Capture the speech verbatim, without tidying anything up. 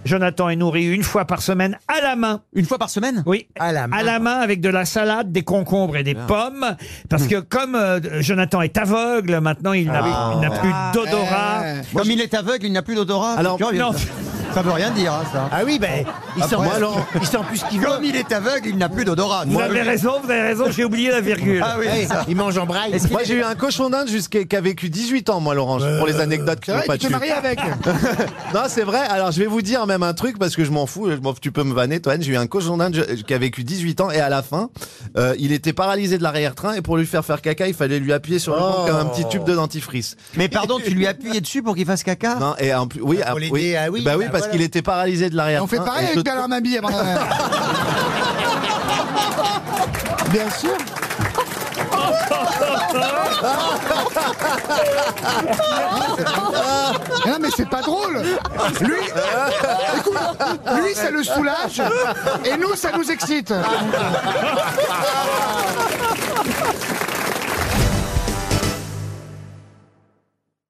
Jonathan est nourri une fois par semaine à la main. Une fois par semaine? Oui, À la main. à la main avec de la salade, des concombres et des pommes. Parce que comme euh, Jonathan est aveugle, maintenant il n'a Ah. il n'a plus d'odorat. Comme il est aveugle, il n'a plus d'odorat. Alors, c'est curieux, non. ça. Ça veut rien dire, hein, ça. Ah oui, ben, il sent Après, plus- alors- il sent plus ce qu'il veut. Comme il est aveugle, il n'a plus d'odorat. Vous Moi, avez raison, vous avez raison, j'ai oublié la virgule. Ah oui, Hey, ça. il mange en braille. Moi, j'ai eu un cochon d'Inde jusqu'à qui a vécu dix-huit ans, moi, Laurent, pour les anecdotes qui C'est n'ont vrai, pas tu t'es tué. marié avec. Non, c'est vrai. Alors, je vais vous dire même un truc parce que je m'en fous. Je m'en- Tu peux me vanner, toi. J'ai eu un cochon d'Inde je- qui a vécu dix-huit ans et à la fin, euh, il était paralysé de l'arrière-train et pour lui faire faire caca, il fallait lui appuyer sur le ventre Oh. comme un petit tube de dentifrice. Mais pardon, tu lui as appuyé dessus pour qu'il fasse caca? Non, et en plus, oui, Pour ah, l'aider, oui, ah oui, bah oui, bah parce voilà. qu'il était paralysé de l'arrière-train. On fait pareil et avec je- Bernard Mabille avant la... Bien sûr. Non mais c'est pas drôle. Lui, écoute, lui ça le soulage et nous ça nous excite.